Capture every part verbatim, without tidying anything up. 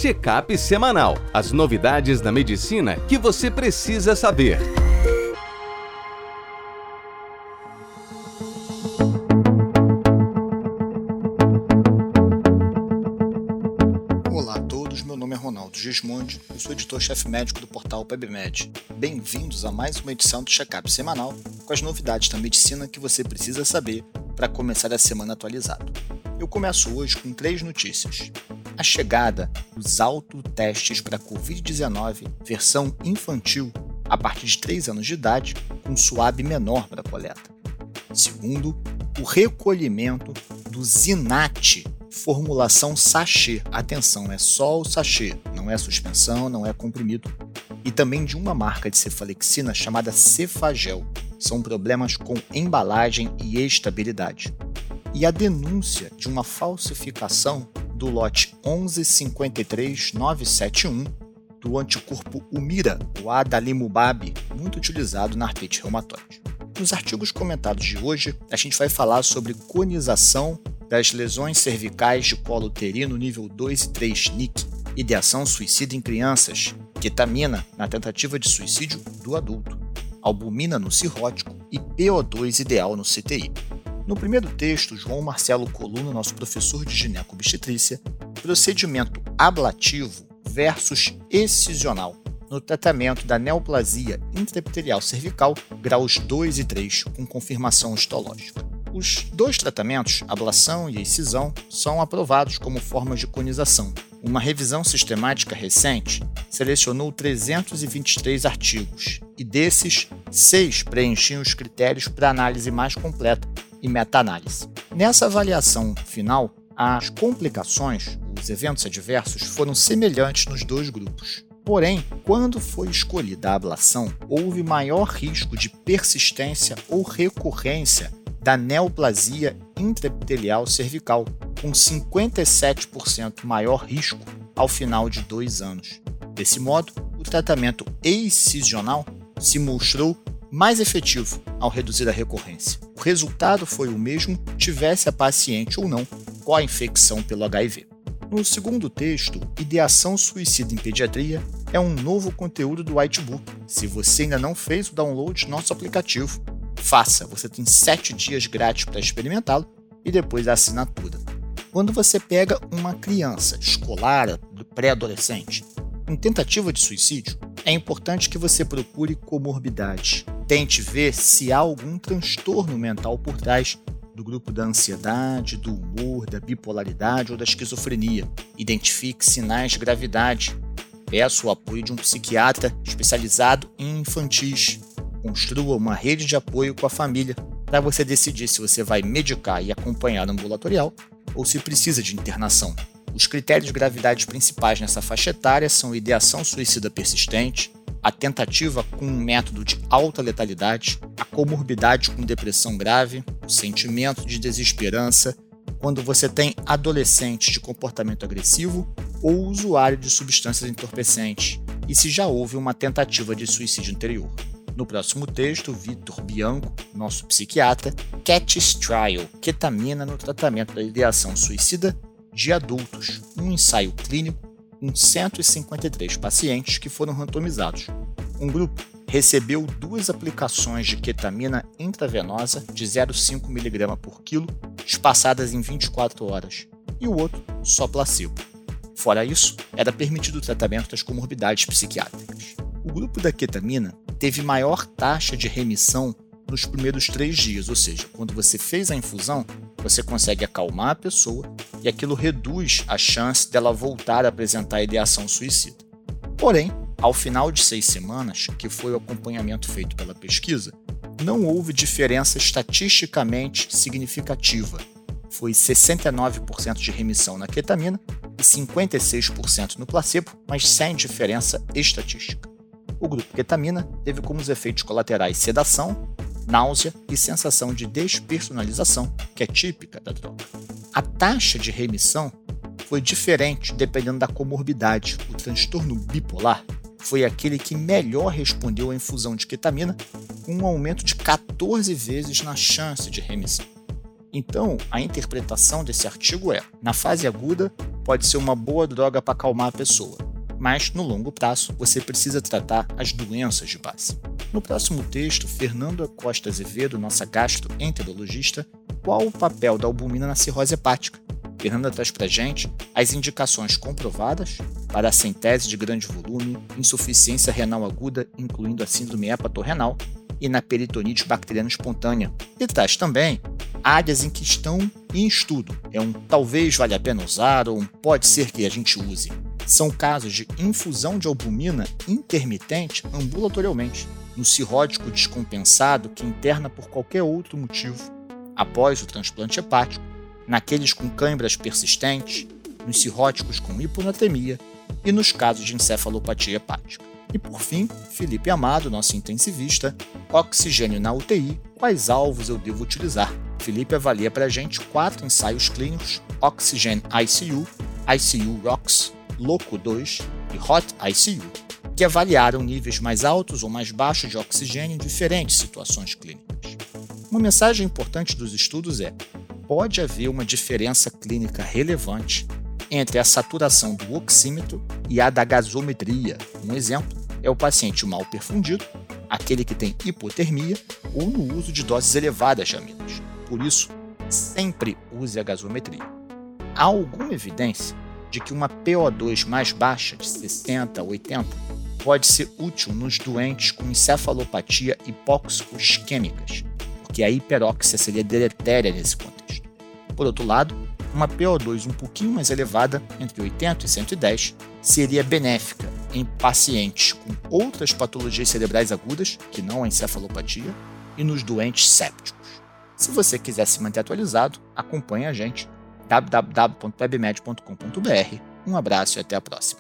Check-up semanal. As novidades da medicina que você precisa saber. Olá a todos, meu nome é Ronaldo Gismondi, eu sou editor-chefe médico do portal PebMed. Bem-vindos a mais uma edição do Check-up semanal com as novidades da medicina que você precisa saber para começar a semana atualizado. Eu começo hoje com três notícias. A chegada dos autotestes para covid dezenove versão infantil a partir de três anos de idade com suave menor para a coleta. Segundo, o recolhimento do Zinat formulação sachê. Atenção, é só o sachê, não é suspensão, não é comprimido. E também de uma marca de cefalexina chamada Cefagel. São problemas com embalagem e estabilidade. E a denúncia de uma falsificação do lote onze cinquenta e três novecentos e setenta e um do anticorpo Humira, o adalimumab, muito utilizado na artrite reumatoide. Nos artigos comentados de hoje, a gente vai falar sobre conização das lesões cervicais de colo uterino nível dois e três N I C, ideação suicida em crianças, ketamina na tentativa de suicídio do adulto, albumina no cirrótico e P O dois ideal no C T I. No primeiro texto, João Marcelo Coluna, nosso professor de gineco-obstetrícia, procedimento ablativo versus excisional no tratamento da neoplasia intraepitelial cervical, graus dois e três, com confirmação histológica. Os dois tratamentos, ablação e excisão, são aprovados como formas de conização. Uma revisão sistemática recente selecionou trezentos e vinte e três artigos, e desses, seis preenchiam os critérios para análise mais completa e meta-análise. Nessa avaliação final, as complicações, os eventos adversos, foram semelhantes nos dois grupos. Porém, quando foi escolhida a ablação, houve maior risco de persistência ou recorrência da neoplasia intraepitelial cervical, com cinquenta e sete por cento maior risco ao final de dois anos. Desse modo, o tratamento excisional se mostrou mais efetivo ao reduzir a recorrência. O resultado foi o mesmo, tivesse a paciente ou não com a infecção pelo H I V. No segundo texto, Ideação Suicida em Pediatria é um novo conteúdo do Whitebook. Se você ainda não fez o download do nosso aplicativo, faça. Você tem sete dias grátis para experimentá-lo e depois a assinatura. Quando você pega uma criança escolar, pré-adolescente, em tentativa de suicídio, é importante que você procure comorbidades. Tente ver se há algum transtorno mental por trás do grupo da ansiedade, do humor, da bipolaridade ou da esquizofrenia. Identifique sinais de gravidade. Peça o apoio de um psiquiatra especializado em infantis. Construa uma rede de apoio com a família para você decidir se você vai medicar e acompanhar ambulatorial ou se precisa de internação. Os critérios de gravidade principais nessa faixa etária são ideação suicida persistente, a tentativa com um método de alta letalidade, a comorbidade com depressão grave, o sentimento de desesperança, quando você tem adolescente de comportamento agressivo ou usuário de substâncias entorpecentes, e se já houve uma tentativa de suicídio anterior. No próximo texto, Vitor Bianco, nosso psiquiatra, CATIS Trial, ketamina no tratamento da ideação suicida de adultos, um ensaio clínico com cento e cinquenta e três pacientes que foram randomizados. Um grupo recebeu duas aplicações de ketamina intravenosa de zero vírgula cinco miligramas por quilo, espaçadas em vinte e quatro horas, e o outro só placebo. Fora isso, era permitido o tratamento das comorbidades psiquiátricas. O grupo da ketamina teve maior taxa de remissão nos primeiros três dias, ou seja, quando você fez a infusão, você consegue acalmar a pessoa e aquilo reduz a chance dela voltar a apresentar a ideação suicida. Porém, ao final de seis semanas, que foi o acompanhamento feito pela pesquisa, não houve diferença estatisticamente significativa. Foi sessenta e nove por cento de remissão na ketamina e cinquenta e seis por cento no placebo, mas sem diferença estatística. O grupo ketamina teve como os efeitos colaterais sedação, náusea e sensação de despersonalização, que é típica da droga. A taxa de remissão foi diferente dependendo da comorbidade. O transtorno bipolar foi aquele que melhor respondeu à infusão de ketamina, com um aumento de quatorze vezes na chance de remissão. Então, a interpretação desse artigo é: na fase aguda, pode ser uma boa droga para acalmar a pessoa, mas no longo prazo você precisa tratar as doenças de base. No próximo texto, Fernanda Costa Azevedo, nossa gastroenterologista, qual o papel da albumina na cirrose hepática? Fernanda traz para a gente as indicações comprovadas para a centese de grande volume, insuficiência renal aguda, incluindo a síndrome hepatorrenal, e na peritonite bacteriana espontânea. E traz também áreas em que estão em estudo. É um talvez valha a pena usar ou um pode ser que a gente use. São casos de infusão de albumina intermitente ambulatorialmente, no cirrótico descompensado que interna por qualquer outro motivo, após o transplante hepático, naqueles com câimbras persistentes, nos cirróticos com hiponatremia e nos casos de encefalopatia hepática. E por fim, Felipe Amado, nosso intensivista, oxigênio na U T I, quais alvos eu devo utilizar? Felipe avalia para a gente quatro ensaios clínicos, Oxygen I C U, I C U ROX, LOCO dois e Hot I C U, que avaliaram níveis mais altos ou mais baixos de oxigênio em diferentes situações clínicas. Uma mensagem importante dos estudos é: pode haver uma diferença clínica relevante entre a saturação do oxímetro e a da gasometria. Um exemplo é o paciente mal perfundido, aquele que tem hipotermia ou no uso de doses elevadas de aminos. Por isso, sempre use a gasometria. Há alguma evidência de que uma P O dois mais baixa, de sessenta a oitenta, pode ser útil nos doentes com encefalopatia hipóxico-isquêmicas, porque a hiperóxia seria deletéria nesse contexto. Por outro lado, uma P O dois um pouquinho mais elevada, entre oitenta e cento e dez, seria benéfica em pacientes com outras patologias cerebrais agudas, que não a encefalopatia, e nos doentes sépticos. Se você quiser se manter atualizado, acompanhe a gente, w w w ponto pebmed ponto com ponto b r. Um abraço e até a próxima.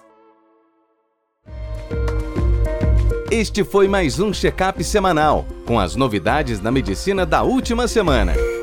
Este foi mais um check-up semanal, com as novidades da medicina da última semana.